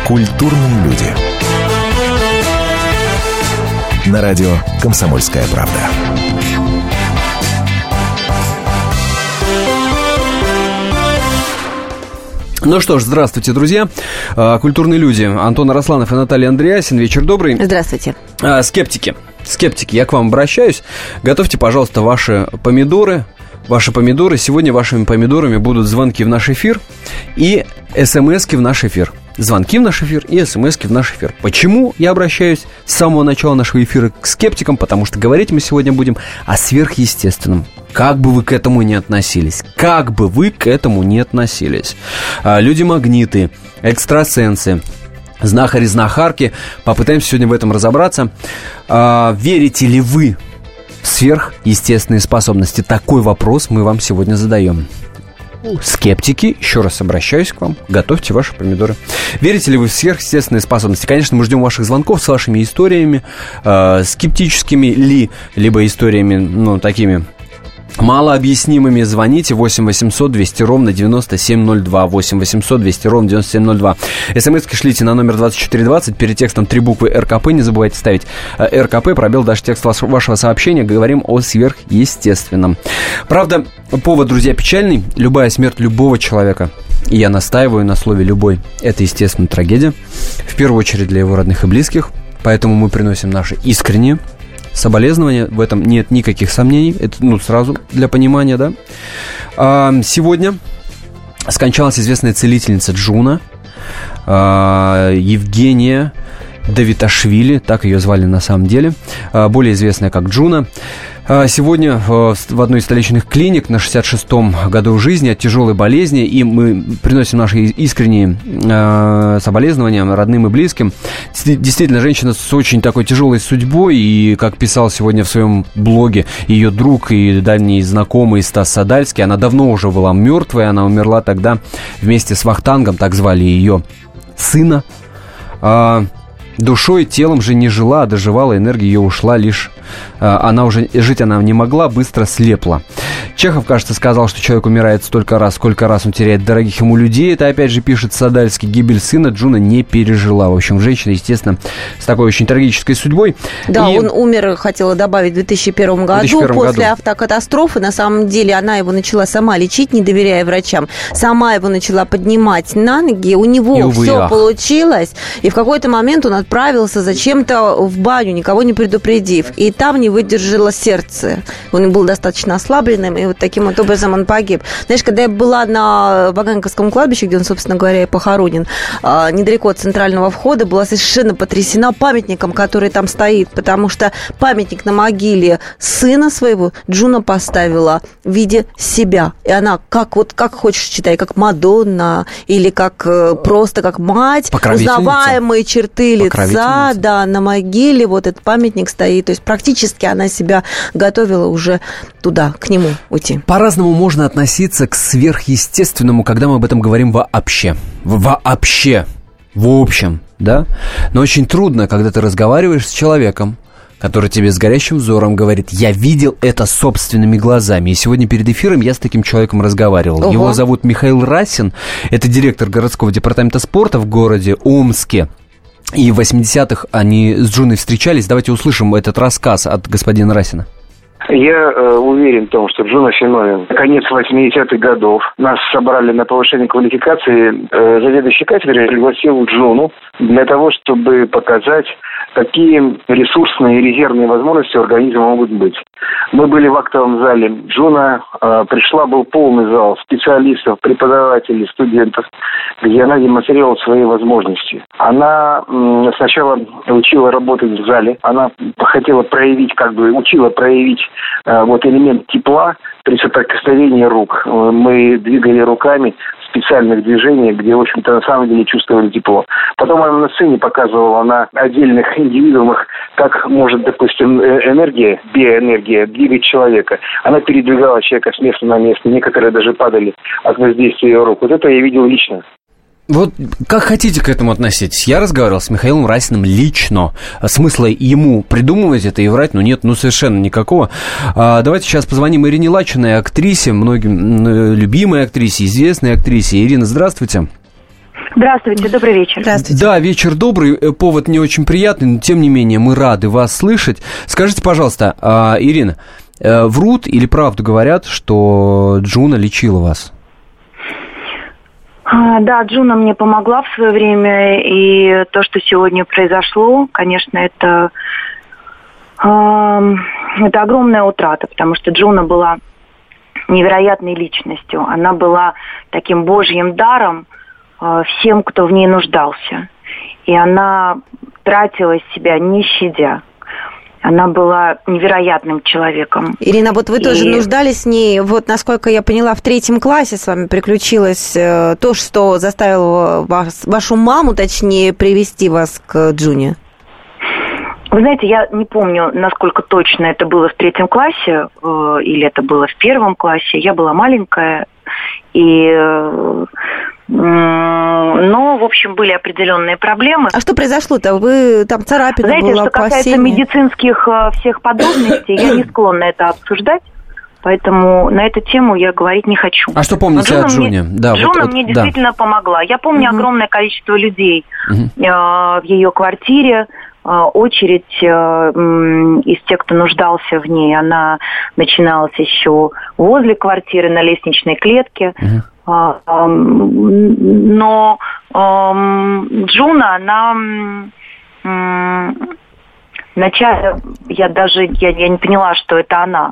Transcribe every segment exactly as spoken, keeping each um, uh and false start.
Культурные люди. На радио «Комсомольская правда». Ну что ж, здравствуйте, друзья. Культурные люди. Антон Арасланов и Наталья Андреасин. Вечер добрый. Здравствуйте. Скептики. Скептики, я к вам обращаюсь. Готовьте, пожалуйста, ваши помидоры. Ваши помидоры. Сегодня вашими помидорами будут звонки в наш эфир и смски в наш эфир. Звонки в наш эфир и смски в наш эфир. Почему я обращаюсь с самого начала нашего эфира к скептикам? Потому что говорить мы сегодня будем о сверхъестественном. Как бы вы к этому ни относились, как бы вы к этому ни относились. Люди-магниты, экстрасенсы, знахари-знахарки. Попытаемся сегодня в этом разобраться. Верите ли вы в сверхъестественные способности? Такой вопрос мы вам сегодня задаем. Скептики, еще раз обращаюсь к вам. Готовьте ваши помидоры. Верите ли вы в сверхъестественные способности? Конечно, мы ждем ваших звонков с вашими историями, э, скептическими ли, либо историями, ну, такими малообъяснимыми. Звоните восемь восемьсот двести ровно девяносто семь ноль два. восемь восемьсот двести ровно девяносто семь ноль два. СМС-ки шлите на номер двадцать четыре двадцать. Перед текстом три буквы РКП. Не забывайте ставить РКП. Пробел даже текст вашего сообщения. Говорим о сверхъестественном. Правда, повод, друзья, печальный. Любая смерть любого человека, и я настаиваю на слове «любой», это, естественно, трагедия. В первую очередь для его родных и близких. Поэтому мы приносим наши искренние соболезнования, в этом нет никаких сомнений. Это, ну, сразу для понимания, да. А, сегодня скончалась известная целительница Джуна, а, Евгения Давиташвили, так ее звали на самом деле, а, более известная как Джуна. Сегодня в одной из столичных клиник на шестьдесят шестом году жизни от тяжелой болезни, и мы приносим наши искренние э, соболезнования родным и близким. Действительно, женщина с очень такой тяжелой судьбой, и, как писал сегодня в своем блоге ее друг и дальний знакомый Стас Садальский, она давно уже была мертвой, она умерла тогда вместе с Вахтангом, так звали ее сына. А душой, телом же не жила, а доживала, энергия ее ушла лишь... Она уже... Жить она не могла, быстро слепла. Чехов, кажется, сказал, что человек умирает столько раз, сколько раз он теряет дорогих ему людей. Это, опять же, пишет Садальский. Гибель сына Джуна не пережила. В общем, женщина, естественно, с такой очень трагической судьбой. Да, и... он умер, хотела добавить, в две тысячи первом году. две тысячи первом после году. Автокатастрофы. На самом деле, она его начала сама лечить, не доверяя врачам. Сама его начала поднимать на ноги. У него все получилось. И в какой-то момент он отправился зачем-то в баню, никого не предупредив. И там не выдержало сердце. Он был достаточно ослабленным, и вот таким вот образом он погиб. Знаешь, когда я была на Ваганьковском кладбище, где он, собственно говоря, и похоронен, недалеко от центрального входа, была совершенно потрясена памятником, который там стоит, потому что памятник на могиле сына своего Джуна поставила в виде себя. И она, как вот как хочешь читай, как Мадонна, или как просто как мать, узнаваемые черты лица, да, на могиле вот этот памятник стоит. То есть практически она себя готовила уже туда, к нему уйти. По-разному можно относиться к сверхъестественному, когда мы об этом говорим вообще. Вообще. В общем, да? Но очень трудно, когда ты разговариваешь с человеком, который тебе с горящим взором говорит: я видел это собственными глазами. И сегодня перед эфиром я с таким человеком разговаривал. Ого. Его зовут Михаил Расин. Это директор городского департамента спорта в городе Омске. И в восьмидесятых они с Джуной встречались. Давайте услышим этот рассказ от господина Расина. Я э, уверен в том, что Джуна феномен. Конец восьмидесятых годов. Нас собрали на повышение квалификации. Э, заведующий кафедрой пригласил Джуну для того, чтобы показать, какие ресурсные и резервные возможности у организма могут быть. Мы были в актовом зале. Джуна э, пришла, был полный зал специалистов, преподавателей, студентов, где она демонстрировала свои возможности. Она э, сначала учила работать в зале. Она хотела проявить, как бы учила проявить э, вот элемент тепла при соприкосновении рук. Мы двигали руками в специальных движениях, где, в общем-то, на самом деле чувствовали тепло. Потом она на сцене показывала на отдельных индивидуумах, как может, допустим, энергия, биоэнергия двигать человека. Она передвигала человека с места на место. Некоторые даже падали от воздействия ее рук. Вот это я видел лично. Вот как хотите к этому относитесь. Я разговаривал с Михаилом Расиным лично. Смысла ему придумывать это и врать, ну нет, ну совершенно никакого. А, давайте сейчас позвоним Ирине Лачиной, актрисе, многим любимой актрисе, известной актрисе. Ирина, здравствуйте. Здравствуйте, добрый вечер. Здравствуйте. Да, вечер добрый, повод не очень приятный, но тем не менее мы рады вас слышать. Скажите, пожалуйста, Ирина, врут или правду говорят, что Джуна лечила вас? Да, Джуна мне помогла в свое время, и то, что сегодня произошло, конечно, это, это огромная утрата, потому что Джуна была невероятной личностью. Она была таким божьим даром всем, кто в ней нуждался. И она тратила себя, не щадя. Она была невероятным человеком. Ирина, вот вы и... тоже нуждались в ней. Вот, насколько я поняла, в третьем классе с вами приключилось то, что заставило вас, вашу маму, точнее, привести вас к Джуне. Вы знаете, я не помню, насколько точно это было в третьем классе, э, или это было в первом классе. Я была маленькая, и... Э, но, в общем, были определенные проблемы. А что произошло-то? Вы там царапина Знаете, была, что касается посильнее? медицинских всех подробностей, я не склонна это обсуждать, поэтому на эту тему я говорить не хочу. А что помните о Джуне? Мне, да, Джуна вот, мне вот, действительно да. помогла. Я помню угу. огромное количество людей угу. э, в ее квартире. Очередь э, из тех, кто нуждался в ней, она начиналась еще возле квартиры на лестничной клетке. Uh-huh. А, э, но э, Джуна, она э, вначале я даже я, я не поняла, что это она.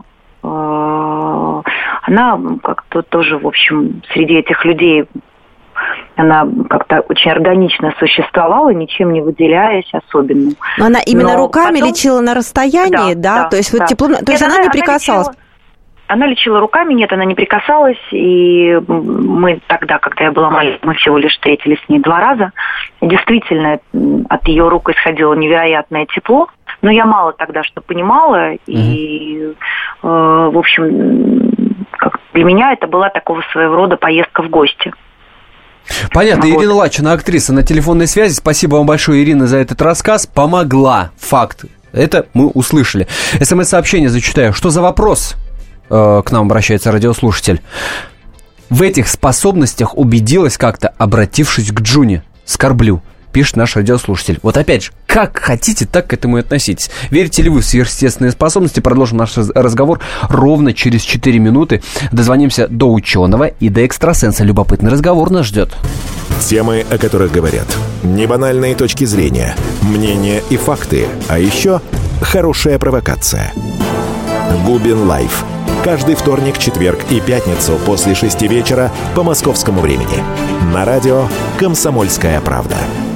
Э, она как-то тоже, в общем, среди этих людей. Она как-то очень органично существовала, ничем не выделяясь особенно. Но она именно Но руками потом... лечила на расстоянии, да? да, да? То есть, да. вот тепло... То есть нет, она, она не прикасалась? Она лечила... она лечила руками, нет, она не прикасалась. И мы тогда, когда я была маленькой, мы всего лишь встретились с ней два раза. Действительно, от ее рук исходило невероятное тепло. Но я мало тогда что понимала. Mm-hmm. И, э, в общем, как для меня это была такого своего рода поездка в гости. Понятно. Вот. Ирина Лачина, актриса, на телефонной связи. Спасибо вам большое, Ирина, за этот рассказ. Помогла. Факт. Это мы услышали. СМС-сообщение зачитаю. Что за вопрос? Э, к нам обращается радиослушатель. В этих способностях убедилась как-то, обратившись к Джуне. Скорблю. Пишет наш радиослушатель. Вот опять же, как хотите, так к этому и относитесь. Верите ли вы в сверхъестественные способности? Продолжим наш разговор ровно через четыре минуты. Дозвонимся до ученого и до экстрасенса. Любопытный разговор нас ждет. Темы, о которых говорят. Небанальные точки зрения, мнения и факты. А еще хорошая провокация. Губин Лайф. Каждый вторник, четверг и пятницу после шести вечера по московскому времени. На радио «Комсомольская правда».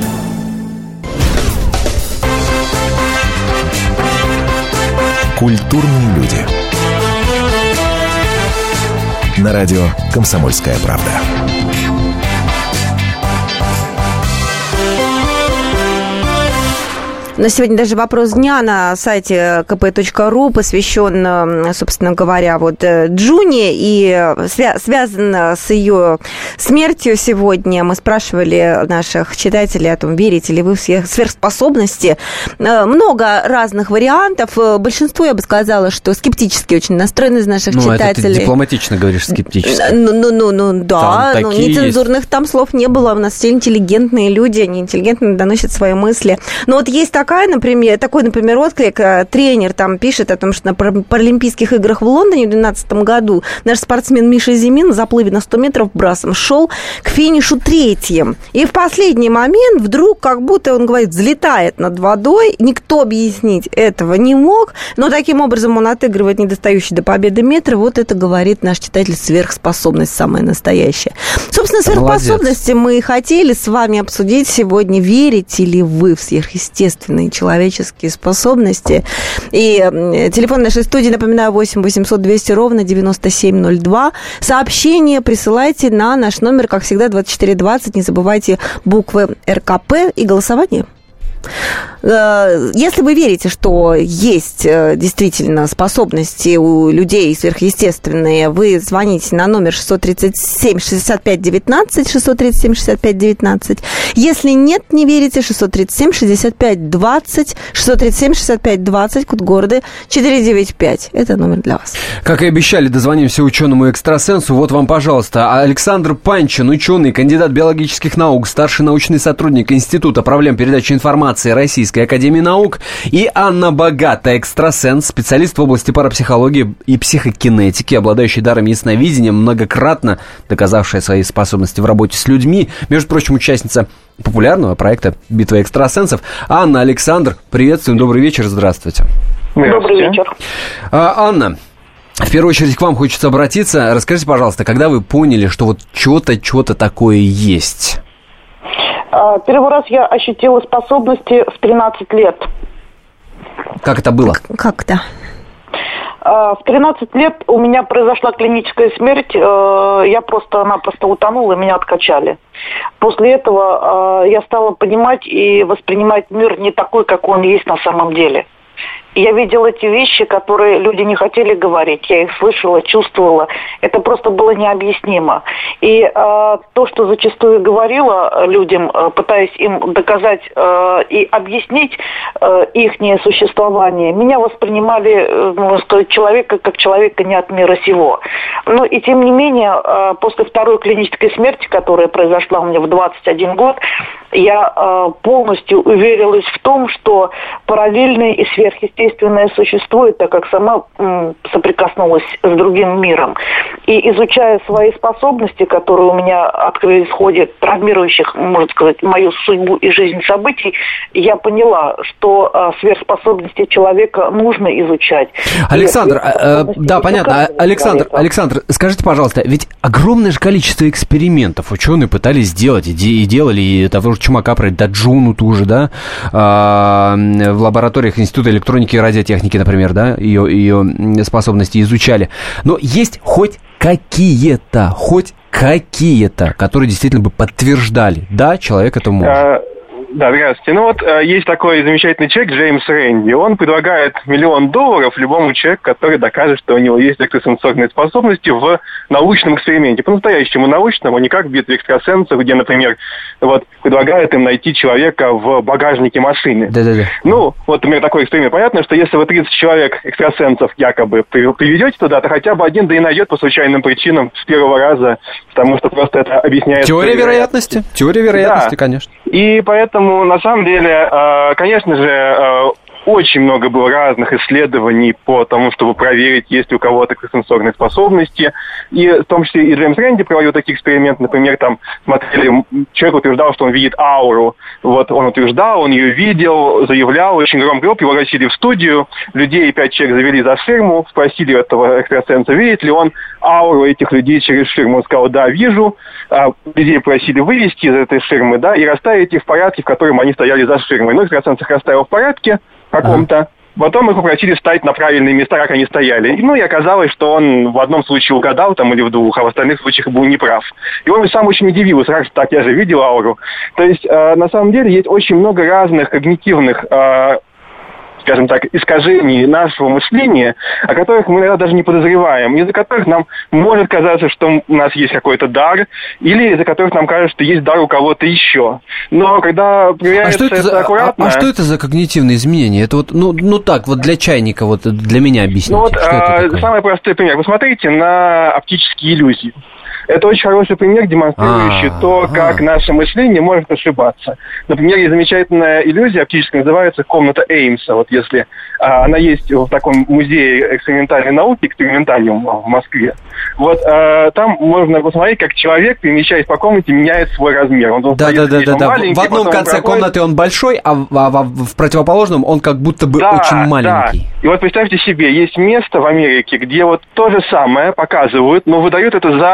Культурные люди. На радио «Комсомольская правда». На сегодня даже вопрос дня на сайте ка пэ точка ру посвящен, собственно говоря, вот Джуне и свя- связан с ее смертью сегодня. Мы спрашивали наших читателей о том, верите ли вы в сверхспособности. Много разных вариантов. Большинство, я бы сказала, что скептически очень настроены из наших ну, читателей. Ну, это ты дипломатично говоришь, скептически. Ну, ну, ну, ну да, ну, нецензурных есть. Там слов не было. У нас все интеллигентные люди, они интеллигентно доносят свои мысли. Но вот есть так Такая, например, такой, например, отклик. Тренер там пишет о том, что на Паралимпийских играх в Лондоне в две тысячи двенадцатом году наш спортсмен Миша Зимин в заплыве на сто метров брасом шел к финишу третьим. И в последний момент вдруг, как будто, он говорит, взлетает над водой. Никто объяснить этого не мог. Но таким образом он отыгрывает недостающий до победы метр. Вот это говорит наш читатель, сверхспособность самая настоящая. Собственно, сверхспособности Молодец. Мы и хотели с вами обсудить сегодня. Верите ли вы в сверхъестественные человеческие способности? И телефон нашей студии, напоминаю, восемь восемьсот двести ровно девяносто семь ноль два. Сообщение присылайте на наш номер, как всегда, двадцать четыре двадцать. Не забывайте буквы эр ка пэ и голосование. Если вы верите, что есть действительно способности у людей сверхъестественные, вы звоните на номер шестьсот тридцать семь шестьдесят пять девятнадцать, шестьсот тридцать семь шестьдесят пять девятнадцать. Если нет, не верите, шестьсот тридцать семь шестьдесят пять двадцать, шестьсот тридцать семь шестьдесят пять двадцать, код города четыреста девяносто пять. Это номер для вас. Как и обещали, дозвонимся ученому-экстрасенсу. Вот вам, пожалуйста, Александр Панчин, ученый, кандидат биологических наук, старший научный сотрудник Института проблем передачи информации Российской академии наук, и Анна Богата, экстрасенс, специалист в области парапсихологии и психокинетики, обладающий даром ясновидения, многократно доказавшая свои способности в работе с людьми, между прочим, участница популярного проекта «Битва экстрасенсов». Анна, Александр, приветствуем, добрый вечер, здравствуйте. Добрый вечер. А, Анна, в первую очередь к вам хочется обратиться. Расскажите, пожалуйста, когда вы поняли, что вот что-то, что-то такое есть? Первый раз я ощутила способности в тринадцать лет. Как это было? Как это? В тринадцать лет у меня произошла клиническая смерть. Я просто-напросто утонула, и меня откачали. После этого я стала понимать и воспринимать мир не такой, как он есть на самом деле. Я видела эти вещи, которые люди не хотели говорить. Я их слышала, чувствовала. Это просто было необъяснимо. И э, то, что зачастую говорила людям, э, пытаясь им доказать э, и объяснить э, их существование, меня воспринимали, э, можно сказать, человека как человека не от мира сего. Но и тем не менее, э, после второй клинической смерти, которая произошла у меня в двадцать один год, я э, полностью уверилась в том, что параллельное и сверхъестественное существует, так как сама м, соприкоснулась с другим миром. И изучая свои способности, которые у меня открылись в ходе травмирующих, можно сказать, мою судьбу и жизнь событий, я поняла, что э, сверхспособности человека нужно изучать. Александр, э, да, понятно. Александр, Александр, скажите, пожалуйста, ведь огромное же количество экспериментов ученые пытались сделать и, и делали, и того же Чумака, про Даджуну ту же, да, а, в лабораториях Института электроники и радиотехники, например, да, ее, ее способности изучали. Но есть хоть какие-то, хоть какие-то, которые действительно бы подтверждали, да, человек это может. Да, здравствуйте. Ну вот э, есть такой замечательный человек, Джеймс Рэнди. Он предлагает миллион долларов любому человеку, который докажет, что у него есть экстрасенсорные способности в научном эксперименте. По-настоящему научному, не как в «Битве экстрасенсов», где, например, вот, предлагают им найти человека в багажнике машины. Да-да-да. Ну, вот, например, такой эксперимент. Понятно, что если вы тридцать человек экстрасенсов якобы приведете туда, то хотя бы один да и найдет по случайным причинам с первого раза, потому что просто это объясняет... Теория вероятности. Теория вероятности, да. Конечно. И поэтому на самом деле, конечно же, очень много было разных исследований по тому, чтобы проверить, есть ли у кого-то экстрасенсорные способности. И в том числе и Джеймс Рэнди проводил такие эксперименты. Например, там смотрели, человек утверждал, что он видит ауру. Вот он утверждал, он ее видел, заявлял, очень громко его пригласили в студию. Людей пять человек завели за ширму, спросили этого экстрасенса, видит ли он ауру этих людей через ширму. Он сказал, да, вижу. А людей просили вывести из этой ширмы, да, и расставить их в порядке, в котором они стояли за ширмой. Ну, экстрасенс их расставил в порядке каком-то. Ага. Потом их попросили встать на правильные места, как они стояли. Ну, и оказалось, что он в одном случае угадал, там, или в двух, а в остальных случаях был неправ. И он сам очень удивился, как так, я же видел ауру. То есть, э, на самом деле, есть очень много разных когнитивных э, скажем так, искажений нашего мышления, о которых мы иногда даже не подозреваем, из-за которых нам может казаться, что у нас есть какой-то дар, или из-за которых нам кажется, что есть дар у кого-то еще. Но когда проверяется а что это, это за, аккуратно... А, а что это за когнитивные изменения? Это вот, ну, ну так, вот для чайника, вот для меня объясните. Ну вот, что а, это такое? Самый простой пример. Посмотрите на оптические иллюзии. Это очень хороший пример, демонстрирующий А-а-а. то, как наше мышление может ошибаться. Например, есть замечательная иллюзия оптическая, называется комната Эймса. Вот если а, она есть в таком музее экспериментальной науки, экспериментальном в Москве. Вот а, там можно посмотреть, как человек, перемещаясь по комнате, меняет свой размер. Он да, да, да, да, да. В одном конце проходит... комнаты он большой, а в, а в противоположном он как будто бы да, очень маленький. Да. И вот представьте себе, есть место в Америке, где вот то же самое показывают, но выдают это за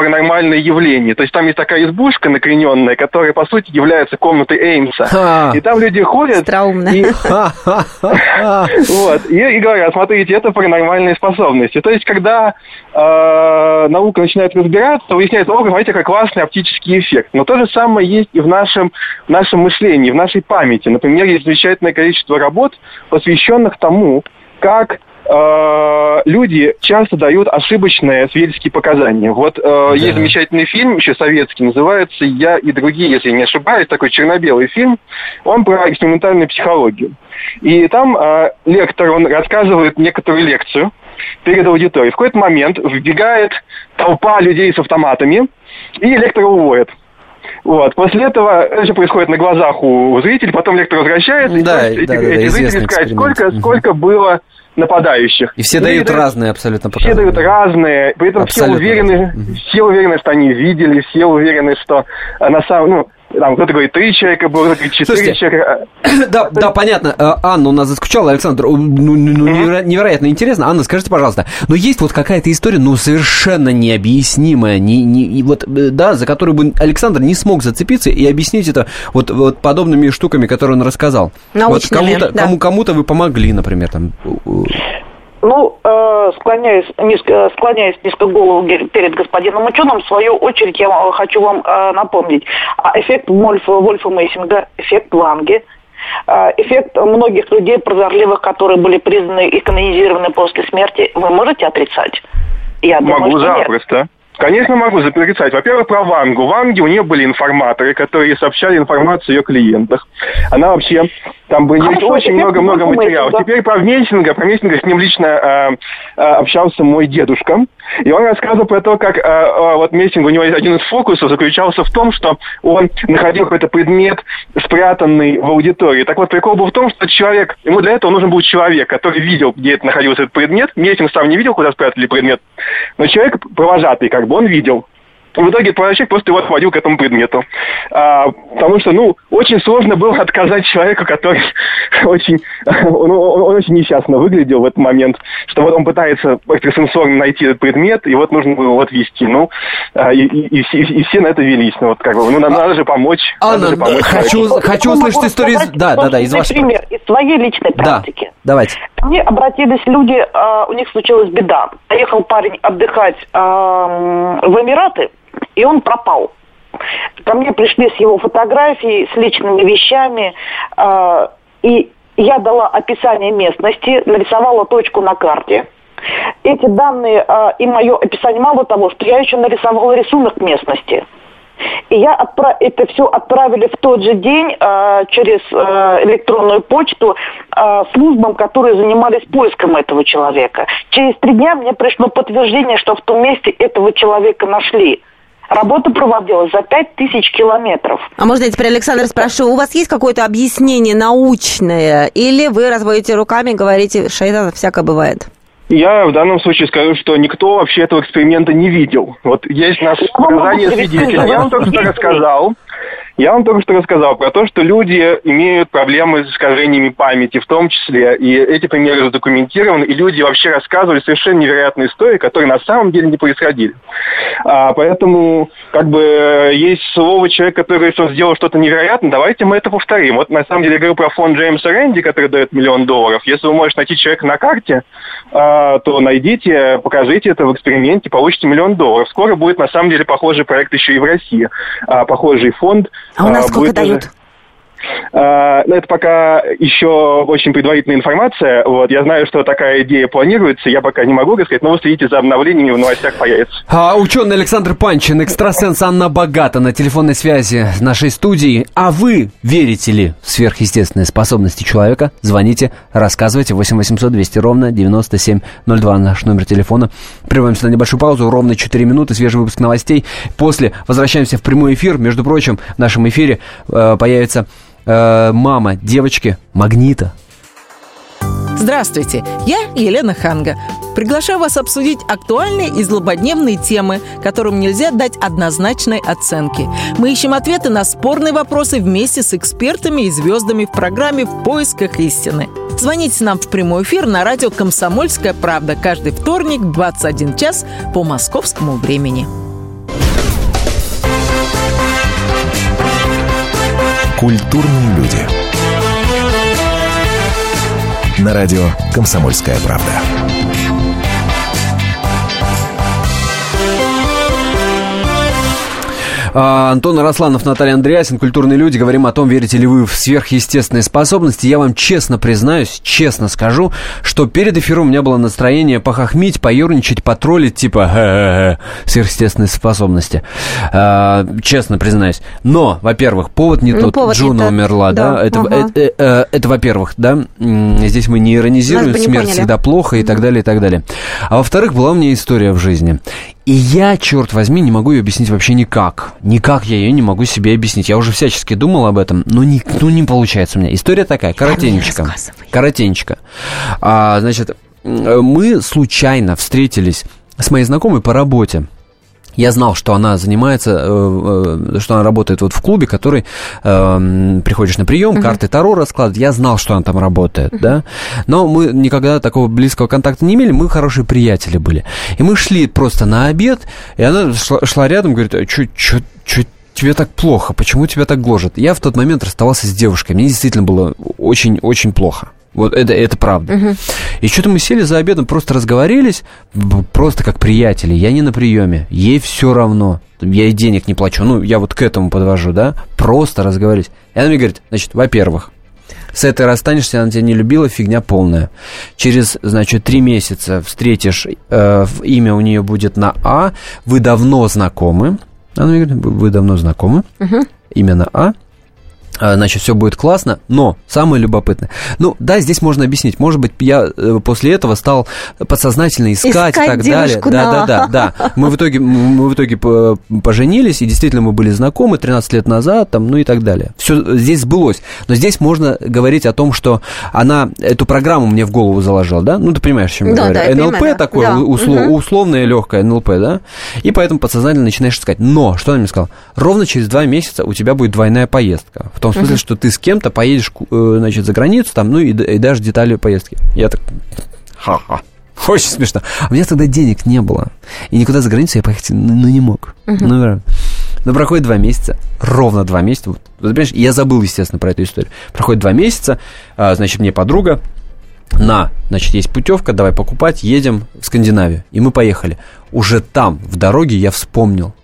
паранормальное явление. То есть там есть такая избушка накрененная, которая, по сути, является комнатой Эймса. А. И там люди ходят... Остроумно. И... вот, и, и говорят, смотрите, это паранормальные способности. То есть, когда э, наука начинает разбираться, выясняется, о, смотрите, какой классный оптический эффект. Но то же самое есть и в нашем, в нашем мышлении, в нашей памяти. Например, есть замечательное количество работ, посвященных тому, как э, люди часто дают ошибочные свидетельские показания. Вот э, да. Есть замечательный фильм, еще советский, называется «Я и другие», если я не ошибаюсь, такой черно-белый фильм. Он про экспериментальную психологию. И там э, лектор, он рассказывает некоторую лекцию перед аудиторией. В какой-то момент вбегает толпа людей с автоматами, и лектора уводят. Вот. После этого это все происходит на глазах у зрителей, потом лектор возвращается, да, и да, эти, да, эти да, зрители сказать, сколько, угу. сколько было нападающих. И все ну, дают и, разные абсолютно показания. Все дают разные, при этом абсолютно все уверены, угу. все уверены, что они видели, все уверены, что на самом... Ну, там кто-то говорит, три человека было, кто-то говорит, четыре Слушайте, человека. Да, да, понятно. Анна у нас заскучала, Александр, ну, ну, mm-hmm. невероятно интересно. Анна, скажите, пожалуйста, но есть вот какая-то история, ну, совершенно необъяснимая, не, не, вот, да, за которую бы Александр не смог зацепиться и объяснить это вот, вот подобными штуками, которые он рассказал. Научными, вот кому-то, да. кому, кому-то вы помогли, например, там... Ну, э, склоняюсь, низко, склоняюсь низко голову перед господином ученым, в свою очередь я хочу вам э, напомнить. Эффект Вольфа, Вольфа Мессинга, эффект Ланге, э, эффект многих людей прозорливых, которые были признаны и канонизированы после смерти, вы можете отрицать? Я Могу думаю, что запросто. Нет. Конечно, могу отрицать. Во-первых, про Вангу. Ванги у нее были информаторы, которые сообщали информацию о ее клиентах. Она вообще... Там было очень много-много материалов. Теперь про Мессинга. Про Мессинга с ним лично э, э, общался мой дедушка. И он рассказывал про то, как э, э, вот Мессинг, у него один из фокусов заключался в том, что он находил какой-то предмет, спрятанный в аудитории. Так вот, прикол был в том, что человек... Ему для этого нужен был человек, который видел, где это находился этот предмет. Мессинг сам не видел, куда спрятали предмет. Но человек, провожатый, как бы, он видел. И в итоге человек просто его отводил к этому предмету. А, потому что, ну, очень сложно было отказать человеку, который очень, он, он, он очень несчастно выглядел в этот момент, что вот он пытается экстрасенсорно найти этот предмет, и вот нужно было его отвести. Ну, и, и, и, и, и все на это велись. Ну, вот как бы, ну, надо, надо же помочь. Анна, надо же помочь хочу, хочу услышать историю... Да, да, да, из вашей... Пример из своей личной практики. Да, давайте. Ко мне обратились люди, э, у них случилась беда. Поехал парень отдыхать э, в Эмираты, и он пропал. Ко мне пришли с его фотографией, с личными вещами, э, и я дала описание местности, нарисовала точку на карте. Эти данные э, и мое описание, мало того, что я еще нарисовала рисунок местности. И я отправ... это все отправили в тот же день э, через э, электронную почту э, службам, которые занимались поиском этого человека. Через три дня мне пришло подтверждение, что в том месте этого человека нашли. Работа проводилась за пять тысяч километров. А можно я теперь, Александр, спрошу, у вас есть какое-то объяснение научное? Или вы разводите руками и говорите, шайтан, всякое бывает? Я в данном случае скажу, что никто вообще этого эксперимента не видел. Вот есть у нас показания свидетелей. Я вам только что рассказал. Я вам только что рассказал про то, что люди имеют проблемы с искажениями памяти в том числе, и эти примеры задокументированы, и люди вообще рассказывали совершенно невероятные истории, которые на самом деле не происходили. А, поэтому, как бы, есть слово человека, который сделал что-то невероятное, давайте мы это повторим. Вот, на самом деле, я говорю про фонд Джеймса Рэнди, который дает миллион долларов. Если вы можете найти человека на карте, а, то найдите, покажите это в эксперименте, получите миллион долларов. Скоро будет, на самом деле, похожий проект еще и в России. А, похожий фонд. А у нас а, сколько дают? Даже... Uh, это пока еще очень предварительная информация. Вот, я знаю, что такая идея планируется, я пока не могу рассказать, но вы следите за обновлениями, в новостях появится. А, ученый Александр Панчин, экстрасенс Анна Богата на телефонной связи нашей студии. А вы верите ли в сверхъестественные способности человека? Звоните, рассказывайте. восемь восемьсот двести ровно девяносто семь ноль два наш номер телефона. Прерываемся на небольшую паузу, ровно четыре минуты, свежий выпуск новостей. После возвращаемся в прямой эфир. Между прочим, в нашем эфире э, появится мама девочки Магнита. Здравствуйте, я Елена Ханга. Приглашаю вас обсудить актуальные и злободневные темы, которым нельзя дать однозначной оценки. Мы ищем ответы на спорные вопросы вместе с экспертами и звездами в программе «В поисках истины». Звоните нам в прямой эфир на радио «Комсомольская правда» каждый вторник в двадцать один час по московскому времени. Культурные люди. На радио «Комсомольская правда». Антон Арасланов, Наталья Андреасин, «Культурные люди». Говорим о том, верите ли вы в сверхъестественные способности. Я вам честно признаюсь, честно скажу, что перед эфиром у меня было настроение похохмить, поерничать, потроллить, типа ха-ха-ха, сверхъестественные способности. А, честно признаюсь. Но, во-первых, повод не ну, тот. Повод Джуна умерла, да? да? Это, ага. это, это, это, это, во-первых, да? Здесь мы не иронизируем, смерть поняли. Всегда плохо и так далее, и так далее. А во-вторых, была у меня история в жизни. И я, черт возьми, не могу ее объяснить вообще никак. Никак я ее не могу себе объяснить. Я уже всячески думал об этом, но не, ну, не получается у меня. История такая, коротенечко. Коротенечко. А, значит, мы случайно встретились с моей знакомой по работе. Я знал, что она занимается, что она работает вот в клубе, который э, приходишь на прием, uh-huh. карты Таро раскладывают. Я знал, что она там работает, uh-huh. да. Но мы никогда такого близкого контакта не имели, мы хорошие приятели были. И мы шли просто на обед, и она шла, шла рядом, говорит, а чё, чё, чё тебе так плохо, почему тебя так гложет? Я в тот момент расставался с девушкой, мне действительно было очень-очень плохо. Вот это, это правда. Uh-huh. И что-то мы сели за обедом, просто разговорились, просто как приятели. Я не на приеме, ей все равно. Я ей денег не плачу. Ну, я вот к этому подвожу, да? Просто разговаривать. И она мне говорит, значит, во-первых, с этой расстанешься, она тебя не любила, фигня полная. Через, значит, три месяца встретишь, э, имя у нее будет на А, вы давно знакомы. Она мне говорит, вы давно знакомы, uh-huh. имя на А. Значит, все будет классно, но самое любопытное. Ну, да, здесь можно объяснить. Может быть, я после этого стал подсознательно искать, искать и так далее. Да, да, да, да. Мы в итоге, мы в итоге поженились, и действительно мы были знакомы тринадцать лет назад, там, ну и так далее. Все здесь сбылось. Но здесь можно говорить о том, что она эту программу мне в голову заложила, да? Ну, ты понимаешь, о чем я да, говорю. Да, эн эл пэ понимаю, такое, да. услов, угу. условное, легкое эн эл пэ, да? И поэтому подсознательно начинаешь искать. Но, что она мне сказала? Ровно через два месяца у тебя будет двойная поездка. В том смысле, uh-huh. что ты с кем-то поедешь, значит, за границу, там, ну и, и дашь детали поездки. Я так, ха-ха, очень смешно. А у меня тогда денег не было. И никуда за границу я поехать, ну, ну не мог. Uh-huh. Ну, но проходит два месяца, ровно два месяца. Вот, понимаешь, я забыл, естественно, про эту историю. Проходит два месяца, а, значит, мне подруга, на, значит, есть путевка, давай покупать, едем в Скандинавию. И мы поехали. Уже там, в дороге, я вспомнил.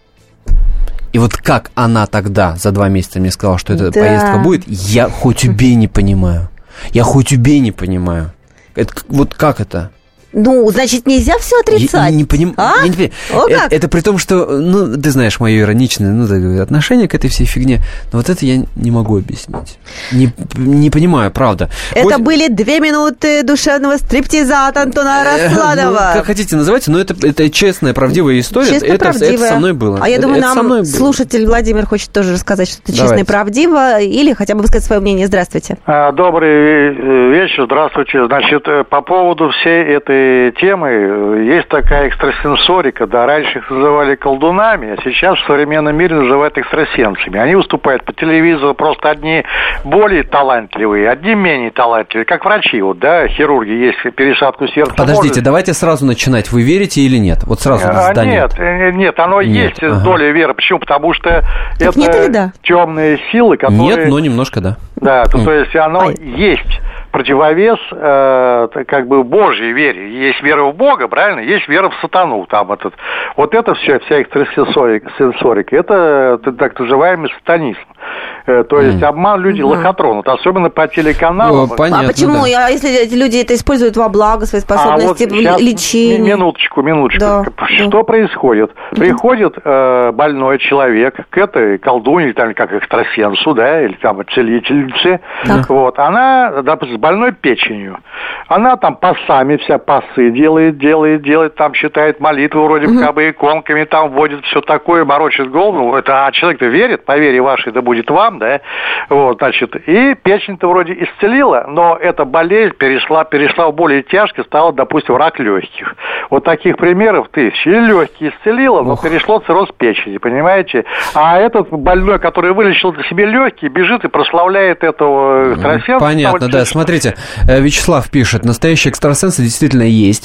И вот как она тогда за два месяца мне сказала, что эта да. поездка будет, я хоть убей не понимаю. Я хоть убей не понимаю. Это, вот как это? Ну, значит, нельзя все отрицать. Я не поним... а? я не понимаю. О, это, это при том, что, ну, ты знаешь, мое ироничное ну, так, отношение к этой всей фигне, но вот это я не могу объяснить. Не, не понимаю, правда. Это вот... были две минуты душевного стриптиза от Антона Арасланова. Ну, как хотите называйте, но это, это честная, правдивая история. Честно, это, правдивая. Это со мной было. А я это, думаю, это нам слушатель Владимир хочет тоже рассказать что-то честное и правдиво, или хотя бы высказать свое мнение. Здравствуйте. Добрый вечер, здравствуйте. Значит, по поводу всей этой темы, есть такая экстрасенсорика, да, раньше их называли колдунами, а сейчас в современном мире называют экстрасенсами. Они выступают по телевизору, просто одни более талантливые, одни менее талантливые, как врачи, вот, да, хирурги, есть пересадку сердца. Подождите, может... давайте сразу начинать. Вы верите или нет? Вот сразу. А, да, нет, нет, нет, оно нет. есть ага. доля веры. Почему? Потому что так это да? темные силы, которые... Нет, но немножко да. Да, то, то есть оно Ай. есть. Противовес э, как бы Божьей вере. Есть вера в Бога, правильно? Есть вера в сатану. Там этот. Вот это все, вся экстрасенсорика, сенсорика, это так называемый сатанизм. Э, то есть mm. обман людей mm-hmm. лохотронут, особенно по телеканалам. О, понятно, а почему? Да. А если эти люди это используют во благо, свои способности, а вот лечения? Минуточку, минуточку. Да. Что да. происходит? Mm-hmm. Приходит э, больной человек к этой колдуне, или там как экстрасенсу, да, или там целительнице. Mm-hmm. Вот. Она, допустим, с больной печенью. Она там пасами вся пасы делает, делает, делает, там считает молитвы вроде mm-hmm. как бы иконками, там вводит все такое, морочит голову. Это, а человек-то верит, по вере вашей, да будет вам, да, вот, значит, и печень-то вроде исцелила, но эта болезнь перешла, перешла в более тяжкое, стала, допустим, рак легких. Вот таких примеров тысячи. И легкие исцелила, но Ох. перешло цирроз печени, понимаете? А этот больной, который вылечил себе легкие, бежит и прославляет этого экстрасенса. Понятно, да, смотрите, Вячеслав пишет, настоящие экстрасенсы действительно есть.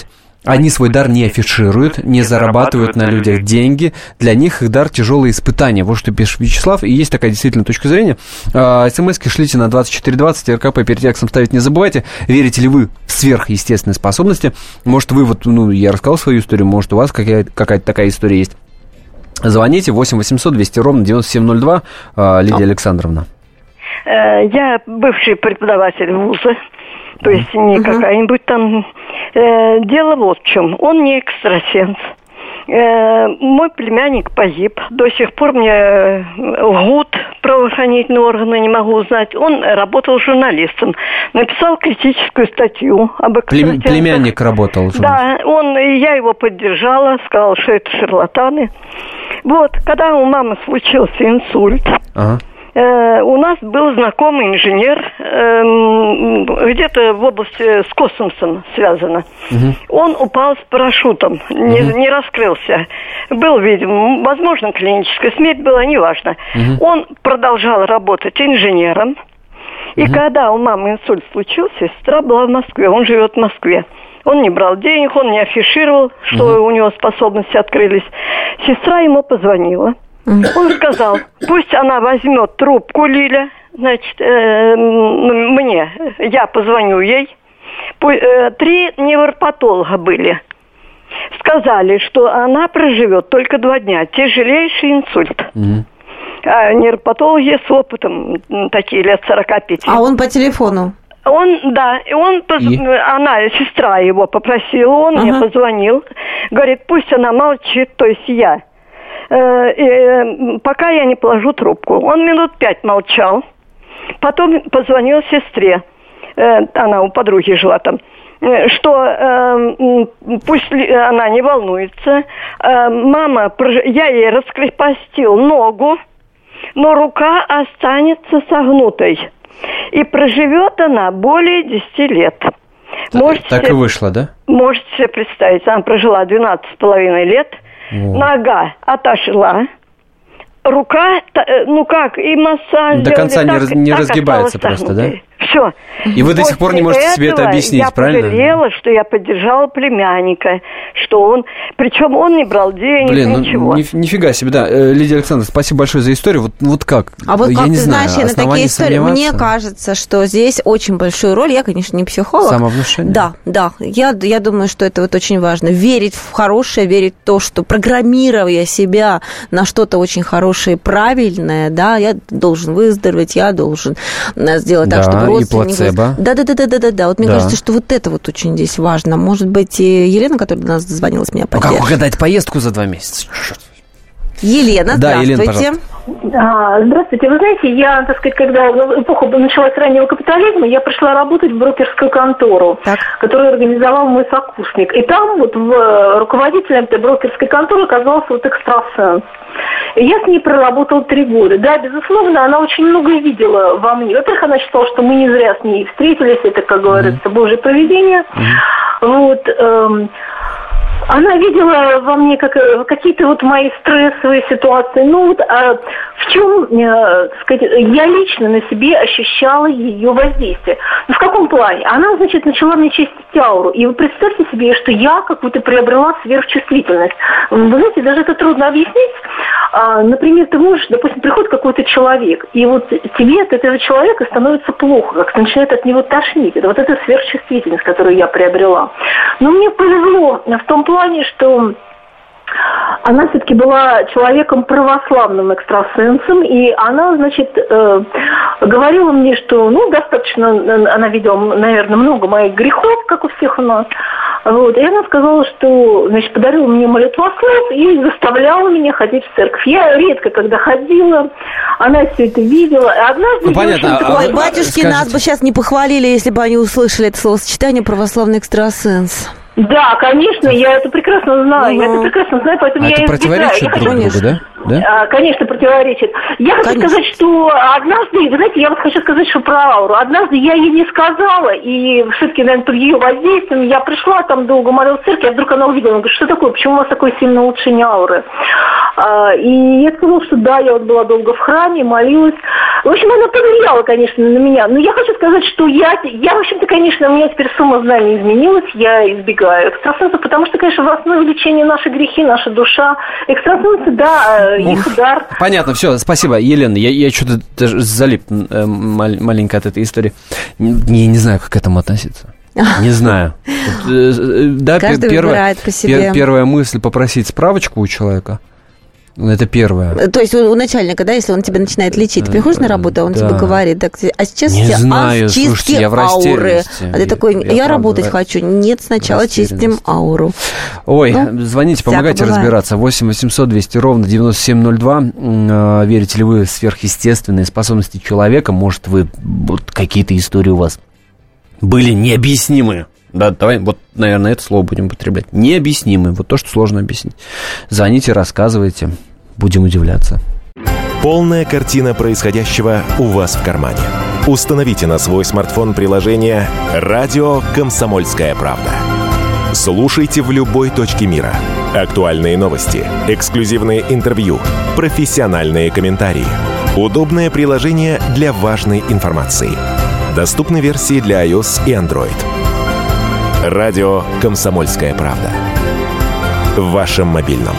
Они свой дар не афишируют, не, не зарабатывают, зарабатывают на людях людей. деньги. Для них их дар тяжелые испытания. Вот что пишет Вячеслав. И есть такая действительно точка зрения. СМСки шлите на двадцать четыре двадцать. РКП перед текстом ставить не забывайте. Верите ли вы в сверхъестественные способности? Может, вы вот, ну, я рассказал свою историю, может, у вас какая- какая-то такая история есть. Звоните восемь восемьсот двести ровно девяносто семь ноль два. Лидия Александровна. Я бывший преподаватель вуза. То есть не uh-huh. какая-нибудь там... Э, дело вот в чем. Он не экстрасенс. Э, мой племянник погиб. До сих пор мне лгут правоохранительные органы, не могу узнать. Он работал журналистом. Написал критическую статью об экстрасенсах. Племянник работал журналистом? Да, он, я его поддержала, сказала, что это шарлатаны. Вот, когда у мамы случился инсульт... Uh-huh. У нас был знакомый инженер, где-то в области с космосом связано. Угу. Он упал с парашютом, не, угу. не раскрылся. Был, видимо, возможно, клиническая смерть была, неважно. Угу. Он продолжал работать инженером. И угу. когда у мамы инсульт случился, сестра была в Москве, он живет в Москве. Он не брал денег, он не афишировал, что угу. у него способности открылись. Сестра ему позвонила. Он сказал, пусть она возьмет трубку, Лиля, значит, э, мне, я позвоню ей. Э, три невропатолога были. Сказали, что она проживет только два дня. Тяжелейший инсульт. Mm-hmm. А невропатологи с опытом, такие лет сорока пяти. А он по телефону? Он, да, он, поз... она, сестра его попросила, он ага. мне позвонил. Говорит, пусть она молчит, то есть я. Пока я не положу трубку. Он минут пять молчал. Потом позвонил сестре. Она у подруги жила там. Что пусть она не волнуется. Мама, я ей раскрепостил ногу, но рука останется согнутой. И проживет она более десяти лет. Можете так себе, и вышло, да? Можете себе представить. Она прожила двенадцать с половиной лет. Вот. Нога отошла, рука, ну как, и массаж... До конца так, не, раз, не так разгибается просто, да? Все. И вы до сих пор не можете себе это объяснить, я правильно? Я пожалела, что я поддержала племянника, что он... Причем он не брал денег, Блин, ничего. ну ни, нифига себе, да. Лидия Александровна, спасибо большое за историю. Вот, вот как? А вот я как не ты знаю, знаешь, на такие истории, мне кажется, что здесь очень большую роль, я, конечно, не психолог. Самовнушение? Да, да. Я, я думаю, что это вот очень важно. Верить в хорошее, верить в то, что программируя себя на что-то очень хорошее и правильное, да, я должен выздороветь, я должен сделать да, так, чтобы родственники... и плацебо. Да, да, да, да, да, да, да. Вот мне да. кажется, что вот это вот очень здесь важно. Может быть, и Елена, которая до нас дозвонилась, меня поддержит. Ну, как угадать поездку за два месяца? Елена, да, здравствуйте. Елена, а, здравствуйте. Вы знаете, я, так сказать, когда эпоха началась раннего капитализма, я пришла работать в брокерскую контору, так. которую организовал мой сокурсник. И там вот в руководителем этой брокерской конторы оказался вот экстрасенс. И я с ней проработала три года. Да, безусловно, она очень многое видела во мне. Во-первых, она считала, что мы не зря с ней встретились. Это, как говорится, mm-hmm. Божье провидение. Mm-hmm. Вот... Эм, она видела во мне как, какие-то вот мои стрессовые ситуации. Ну вот а в чем, э, сказать, я лично на себе ощущала ее воздействие. Ну в каком плане? Она, значит, начала мне чистить ауру. И вы представьте себе, что я как-то приобрела сверхчувствительность. Вы знаете, даже это трудно объяснить. А, например, ты можешь, допустим, приходит какой-то человек, и вот тебе от этого человека становится плохо, как начинает от него тошнить. Это вот эта сверхчувствительность, которую я приобрела. Но мне повезло в том плане, что она все-таки была человеком православным экстрасенсом, и она, значит, э, говорила мне, что, ну, достаточно, она видела, наверное, много моих грехов, как у всех у нас, вот, и она сказала, что, значит, подарила мне молитвослов и заставляла меня ходить в церковь. Я редко, когда ходила, она все это видела, однажды... Ну, понятно. А Ой, батюшки, скажите... нас бы сейчас не похвалили, если бы они услышали это словосочетание «православный экстрасенс». Да, конечно, я это прекрасно знаю, угу. я это прекрасно знаю, поэтому а я это противоречит друг другу, да? да? А, конечно, противоречит. Я хочу конечно. сказать, что однажды, вы знаете, я вот хочу сказать, что про ауру. Однажды я ей не сказала, и все-таки, наверное, под ее воздействием, я пришла, там долго молилась в церкви, а вдруг она увидела, она говорит, что такое, почему у вас такое сильное улучшение ауры? А, и я сказала, что да, я вот была долго в храме, молилась. В общем, она повлияла, конечно, на меня. Но я хочу сказать, что я, я в общем-то, конечно, у меня теперь сумма знаний изменилась, я избегаю экстрасенсов, потому что, конечно, в основе лечения наши грехи, наша душа. Экстрасенсы, да, их удар. Понятно, все, спасибо, Елена. Я, я что-то даже залип э, маленько от этой истории. Я не знаю, как к этому относиться. Не знаю. Да, каждый выбирает по себе. Первая мысль попросить справочку у человека. Это первое. То есть у начальника, да, если он тебя начинает лечить, ты приходишь на работу, он да. тебе говорит, так, а сейчас не все знаю, чистки слушайте, я в ауры. А ты такой, я, я работать правда, хочу. Нет, сначала чистим ауру. Ой, ну, звоните, помогайте бывает. разбираться. восемь восемьсот двести ровно девяносто семь ноль два. Верите ли вы в сверхъестественные способности человека? Может, вы вот какие-то истории у вас были необъяснимые? Да, давай, вот, наверное, это слово будем употреблять. Необъяснимые, вот то, что сложно объяснить. Звоните, рассказывайте, будем удивляться. Полная картина происходящего у вас в кармане. Установите на свой смартфон приложение «Радио Комсомольская правда». Слушайте в любой точке мира. Актуальные новости, эксклюзивные интервью, профессиональные комментарии. Удобное приложение для важной информации. Доступны версии для iOS и Android. Радио «Комсомольская правда». В вашем мобильном.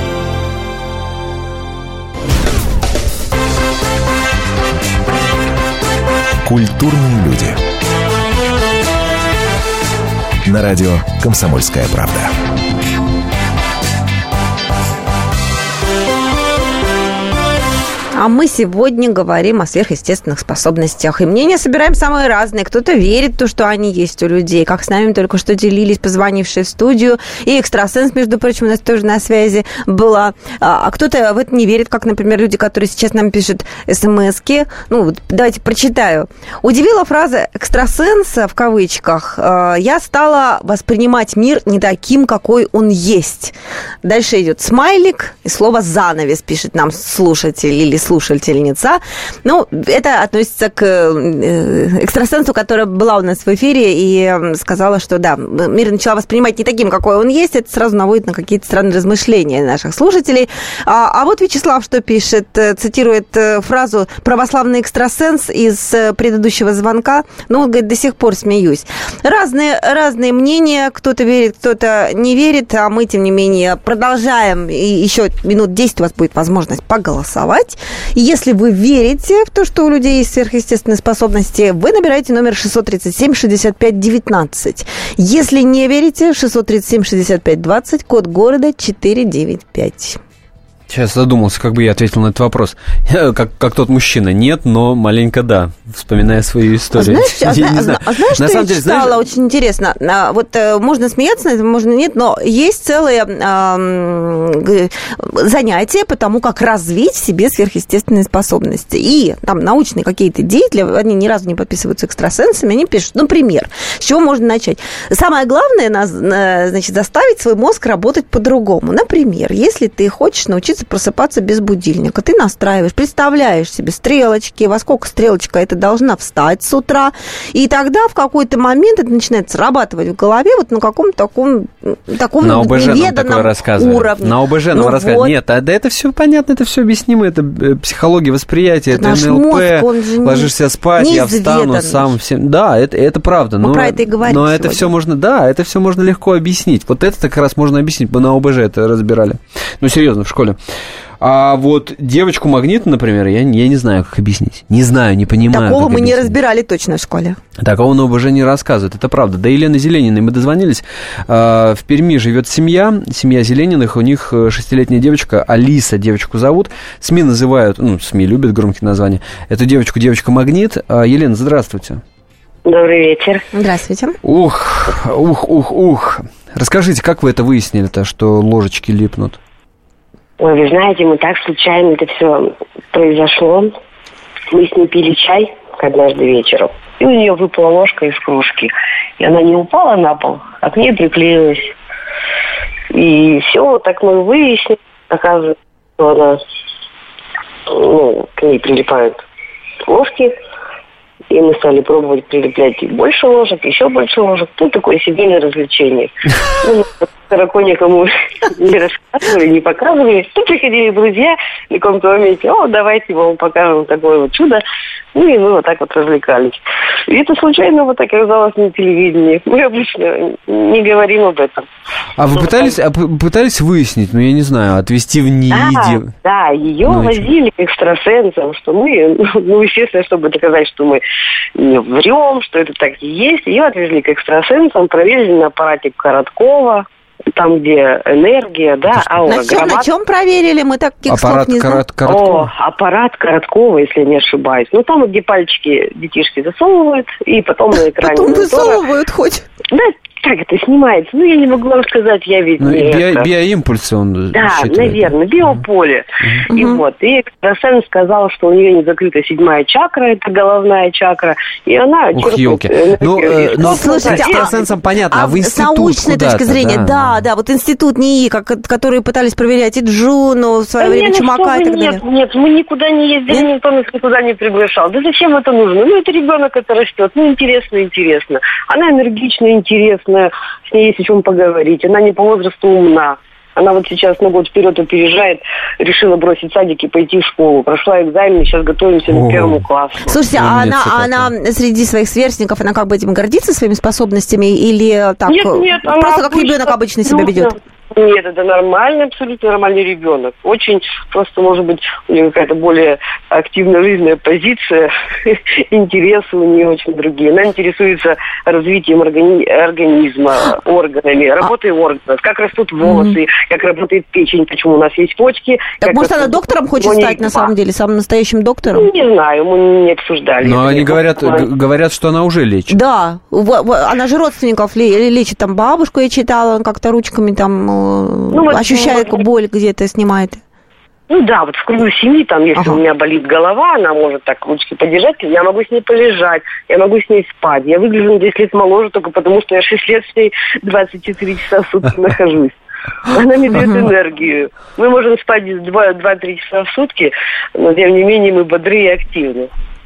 Культурные люди. На радио «Комсомольская правда». А мы сегодня говорим о сверхъестественных способностях. И мнения собираем самые разные. Кто-то верит в то, что они есть у людей. Как с нами только что делились позвонившие в студию. И экстрасенс, между прочим, у нас тоже на связи была. А кто-то в это не верит, как, например, люди, которые сейчас нам пишут смски. Ну, вот давайте прочитаю. Удивила фраза «экстрасенса» в кавычках. Я стала воспринимать мир не таким, какой он есть. Дальше идет смайлик и слово «занавес», пишет нам слушатель или слушательница. Ну, это относится к экстрасенсу, которая была у нас в эфире и сказала, что да, мир начала воспринимать не таким, какой он есть. Это сразу наводит на какие-то странные размышления наших слушателей. А, а вот Вячеслав что пишет, цитирует фразу «православный экстрасенс» из предыдущего звонка. Ну, он говорит, до сих пор смеюсь. Разные, разные мнения. Кто-то верит, кто-то не верит. А мы, тем не менее, продолжаем. И еще минут десять у вас будет возможность поголосовать. Если вы верите в то, что у людей есть сверхъестественные способности, вы набираете номер шестьсот тридцать семь шестьдесят пять девятнадцать. Если не верите, шестьсот тридцать семь шестьдесят пять двадцать, код города четыреста девяносто пять. Сейчас задумался, как бы я ответил на этот вопрос. Как, как тот мужчина. Нет, но маленько да, вспоминая свою историю. А знаешь, я а, не знаю. А знаешь, на что я деле, читала? Знаешь... Очень интересно. Вот можно смеяться на это, можно нет, но есть целые э, занятия по тому, как развить в себе сверхъестественные способности. И там научные какие-то деятели, они ни разу не подписываются экстрасенсами, они пишут, например, с чего можно начать. Самое главное, значит, заставить свой мозг работать по-другому. Например, если ты хочешь научиться просыпаться без будильника. Ты настраиваешь, представляешь себе стрелочки, во сколько стрелочка это должна встать с утра, и тогда в какой-то момент это начинает срабатывать в голове вот на каком-то таком, таком на ОБЖ неведанном уровне. На ОБЖ нам ну рассказывают. Вот. Нет, а да это все понятно, это все объяснимо, это психология восприятия, это, это эн эл пэ, мозг, ложишься спать, я встану сам всем. Да, это, это правда. Мы но, про это и говорим Но сегодня. это все можно, да, это все можно легко объяснить. Вот это как раз можно объяснить, мы на ОБЖ это разбирали. Ну, серьезно, в школе. А вот девочку магнит, например, я, я не знаю, как объяснить. Не знаю, не понимаю. Такого мы объяснить. Не разбирали точно в школе. Такого нам уже не рассказывают, это правда. До Елены Зелениной мы дозвонились. В Перми живет семья, семья Зелениных, у них шестилетняя девочка, Алиса девочку зовут. СМИ называют, ну, СМИ любят громкие названия, эту девочку девочка-магнит. Елена, здравствуйте. Добрый вечер. Здравствуйте. Ух, ух, ух, ух. Расскажите, как вы это выяснили-то, что ложечки липнут? Ой, вы знаете, мы так случайно это все произошло. Мы с ней пили чай однажды вечером, и у нее выпала ложка из кружки. И она не упала на пол, а к ней приклеилась. И все, так мы выяснили. Оказывается, что она, ну, к ней прилипают ложки. И мы стали пробовать прилеплять больше ложек, еще больше ложек. Ну, такое семейное развлечение. Ну, широко никому не рассказывали, не показывали. Тут приходили друзья на каком-то моменте, о, давайте вам покажем такое вот чудо. Ну, и мы вот так вот развлекались. И это случайно вот так оказалось на телевидении. Мы обычно не говорим об этом. А вы пытались, а пытались выяснить, ну, я не знаю, отвезти в НИИ? Да, да, ее ну, возили к экстрасенсам, что мы, ну, естественно, чтобы доказать, что мы не врем, что это так и есть. Ее отвезли к экстрасенсам, проверили на аппарате Короткова. Там, где энергия, да, аура. На чем, на чем проверили? Мы таких аппарат слов не знаем. Корот, Короткова. О, аппарат Короткова, если я не ошибаюсь. Ну, там, где пальчики детишки засовывают, и потом на экране Потом монитора... высовывают хоть? Да, как это снимается? Ну, я не могу вам сказать, я ведь ну, не... Био, биоимпульсы он Да, считывает. наверное, биополе. Uh-huh. И вот, и экстрасенс сказал, что у нее не закрыта седьмая чакра, это головная чакра, и она... Ух, елки. Ну, э, ну, слушайте, экстрасенсам а, понятно, а, а в институт с научной точки зрения, да, да, да, вот институт НИИ, как, которые пытались проверять и Джуну, в свое да время нет, Чумака и так далее. Нет, нет, мы никуда не ездили, нет? Никто нас никуда не приглашал. Да зачем это нужно? Ну, это ребенок, это растет, ну, интересно, интересно. Она энергичная, интересная, с ней есть о чем поговорить. Она не по возрасту умна. Она вот сейчас на год вперед опережает, решила бросить садик и пойти в школу. Прошла экзамен, сейчас готовимся О. к первому классу. Слушайте, а она, она среди своих сверстников, она как бы этим гордится своими способностями или так? Нет, нет, просто как ребенок обычно себя ведет? Нет, это нормальный, абсолютно нормальный ребенок. Очень просто, может быть, у нее какая-то более активная жизненная позиция, интересы у нее очень другие. Она интересуется развитием органи- организма, органами, работой органов, как растут волосы, mm-hmm. как работает печень, почему у нас есть почки. Так может она доктором хочет стать на самом деле, самым настоящим доктором? Не знаю, мы не обсуждали. Но они говорят, г- говорят, что она уже лечит. Да, она же родственников лечит, там бабушку я читала, он как-то ручками там... Ну, ощущает вот, боль где-то, снимает? Ну да, вот в кругу семьи, там, если ага. у меня болит голова, она может так ручки подержать, я могу с ней полежать, я могу с ней спать. Я выгляжу на десять лет моложе только потому, что я шесть лет с ней двадцать четыре часа в сутки нахожусь. Она мне дает энергию. Мы можем спать два-три часа в сутки, но тем не менее мы бодры и активны.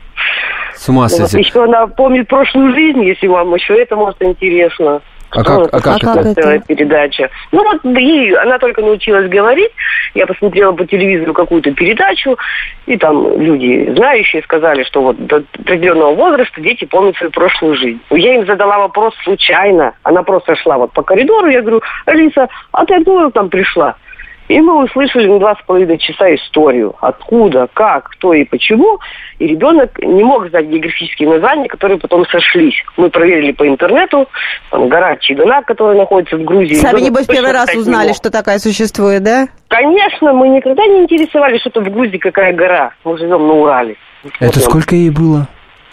С ума сойти. Вот еще она помнит прошлую жизнь, если вам еще это может интересно. А как, а как, а как это? Передача. Ну вот ей, она только научилась говорить. Я посмотрела по телевизору какую-то передачу, и там люди, знающие, сказали, что вот до определенного возраста дети помнят свою прошлую жизнь. Я им задала вопрос случайно. Она просто шла вот по коридору, я говорю: Алиса, а ты откуда там пришла? И мы услышали на два с половиной часа историю. Откуда, как, кто и почему. И ребенок не мог знать географические названия, которые потом сошлись. Мы проверили по интернету. Там гора Чигана, которая находится в Грузии. Сами, небось, первый раз узнали, что такая существует, да? Конечно, мы никогда не интересовались, что это в Грузии какая гора. Мы живем на Урале. Это вот сколько ей было?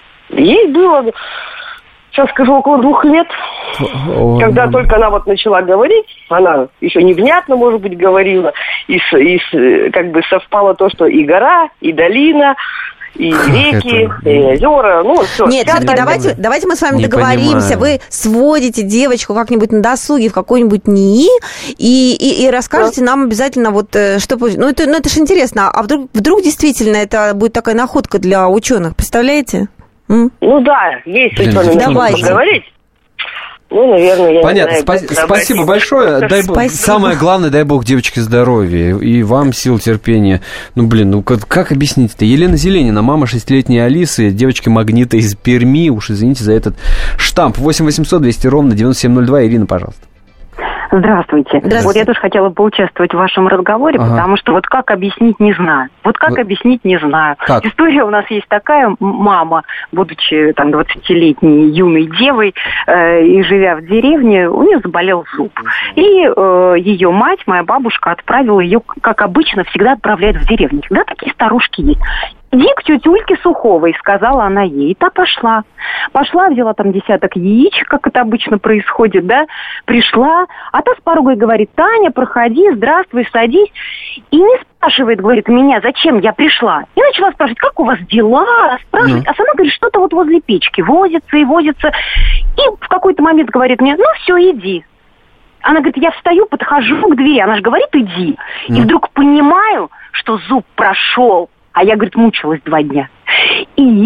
Ей было... Сейчас скажу, около двух лет, О, когда мама. только она вот начала говорить, она еще невнятно, может быть, говорила, и, и как бы совпало то, что и гора, и долина, и реки, это... и озера, ну, все. Нет, все-таки давайте, давайте мы с вами не договоримся. Понимаю. Вы сводите девочку как-нибудь на досуге в какой-нибудь НИИ и, и, и расскажете да. нам обязательно, вот, что... Ну, это, ну, это же интересно. А вдруг, вдруг действительно это будет такая находка для ученых, представляете? М? Ну да, есть о чем поговорить. Ну, наверное, я Понятно. не знаю. Спа- спасибо большое. Дай бог, самое главное, дай бог девочке здоровья. И вам сил терпения. Ну, блин, ну как, как объяснить-то? Елена Зеленина, мама шестилетней Алисы, девочки Магнита из Перми. Уж извините за этот штамп. восемь восемьсот двести ровно девяносто семь ноль два. Ирина, пожалуйста. Здравствуйте. Здравствуйте. Вот я тоже хотела поучаствовать в вашем разговоре, ага. потому что вот как объяснить, не знаю. Вот как Вы... объяснить, не знаю. Как? История у нас есть такая. Мама, будучи там двадцатилетней юной девой э, и живя в деревне, у нее заболел зуб. И э, ее мать, моя бабушка, отправила ее, как обычно, всегда отправляет в деревню. Всегда такие старушки есть. «Иди к тете Ульке Суховой», сказала она ей. И та пошла. Пошла, взяла там десяток яичек, как это обычно происходит, да. Пришла, а та с порога говорит: «Таня, проходи, здравствуй, садись». И не спрашивает, говорит, меня, зачем я пришла. И начала спрашивать, как у вас дела, спрашивать. Mm. А сама говорит, что-то вот возле печки возится и возится. И в какой-то момент говорит мне: «Ну все, иди». Она говорит: «Я встаю, подхожу к двери». Она же говорит: «Иди». Mm. И вдруг понимаю, что зуб прошел. А я, говорит, мучилась два дня. И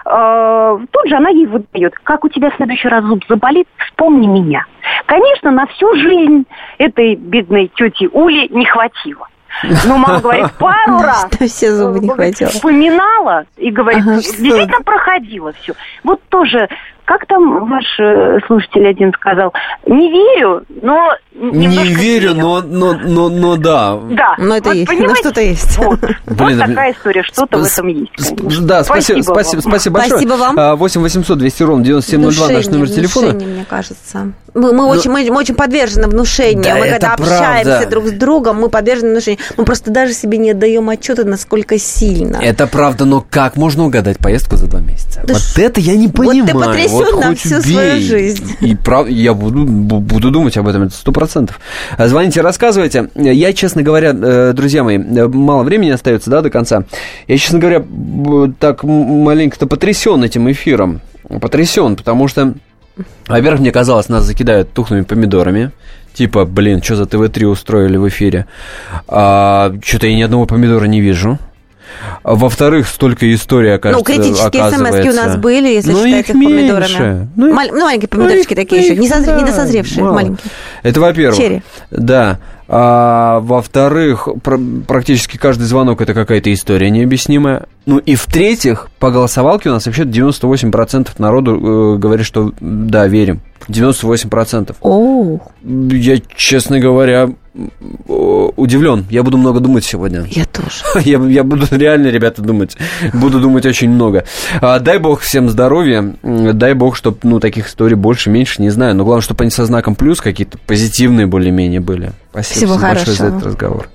э, тут же она ей выдает: как у тебя в следующий раз зуб заболит, вспомни меня. Конечно, на всю жизнь этой бедной тети Ули не хватило. Но мама говорит, пару раз все зубы не хватило. Вспоминала и говорит, ага, действительно проходило все. Вот тоже, как там ваш слушатель один сказал, не верю, но... Не верю, но, но, но, но да. Да, но это вот, есть, но что-то есть. Вот, Блин, вот такая история, что-то в этом есть, конечно. Да, спасибо, спасибо, спасибо, спасибо большое. Спасибо вам. восемь восемьсот двести ровно девяносто семь ноль два наш номер телефона. Внушение, мне кажется. Мы, мы, но... очень, мы, мы очень подвержены внушению. Да, мы когда правда. общаемся друг с другом, мы подвержены внушению. Мы просто даже себе не отдаем отчета, насколько сильно. Это правда, но как можно угадать поездку за два месяца? Да вот ш... это я не понимаю. Вот ты потрясен вот на всю бей. свою жизнь. И прав... я буду, буду думать об этом, это сто процентов. Звоните, рассказывайте. Я, честно говоря, друзья мои, мало времени остается, да, до конца. Я, честно говоря, так маленько-то потрясен этим эфиром. Потрясен, потому что, во-первых, мне казалось, нас закидают тухлыми помидорами. Типа, блин, что за тэ вэ три устроили в эфире? А, что-то я ни одного помидора не вижу. Во-вторых, столько историй, оказывается, Ну, критические смс-ки у нас были, если ну, считать их, их помидорами. Ну, Маль... ну, маленькие помидорчики ну, такие их, еще, несозр... да, недосозревшие, мало. маленькие. Это во-первых. Черри. Да. А, во-вторых, пр- практически каждый звонок – это какая-то история необъяснимая. Ну, и в-третьих, по голосовалке у нас вообще девяносто восемь процентов народу э, говорит, что да, верим. девяносто восемь процентов. О. Я, честно говоря, удивлен. Я буду много думать сегодня. Я тоже. я, я буду реально, ребята, думать. Буду думать очень много. А, дай бог всем здоровья. Дай бог, чтобы ну, таких историй больше, меньше, не знаю. Но главное, чтобы они со знаком плюс какие-то позитивные более-менее были. Спасибо Всего всем хорошего. большое за этот разговор.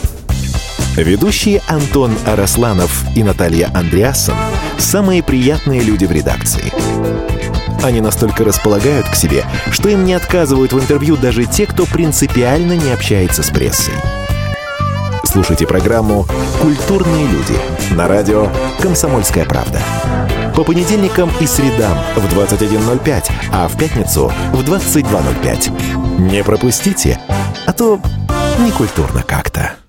Ведущие Антон Арасланов и Наталья Андреасон – самые приятные люди в редакции. Они настолько располагают к себе, что им не отказывают в интервью даже те, кто принципиально не общается с прессой. Слушайте программу «Культурные люди» на радио «Комсомольская правда». По понедельникам и средам в двадцать один ноль пять, а в пятницу в двадцать два ноль пять. Не пропустите, а то некультурно как-то.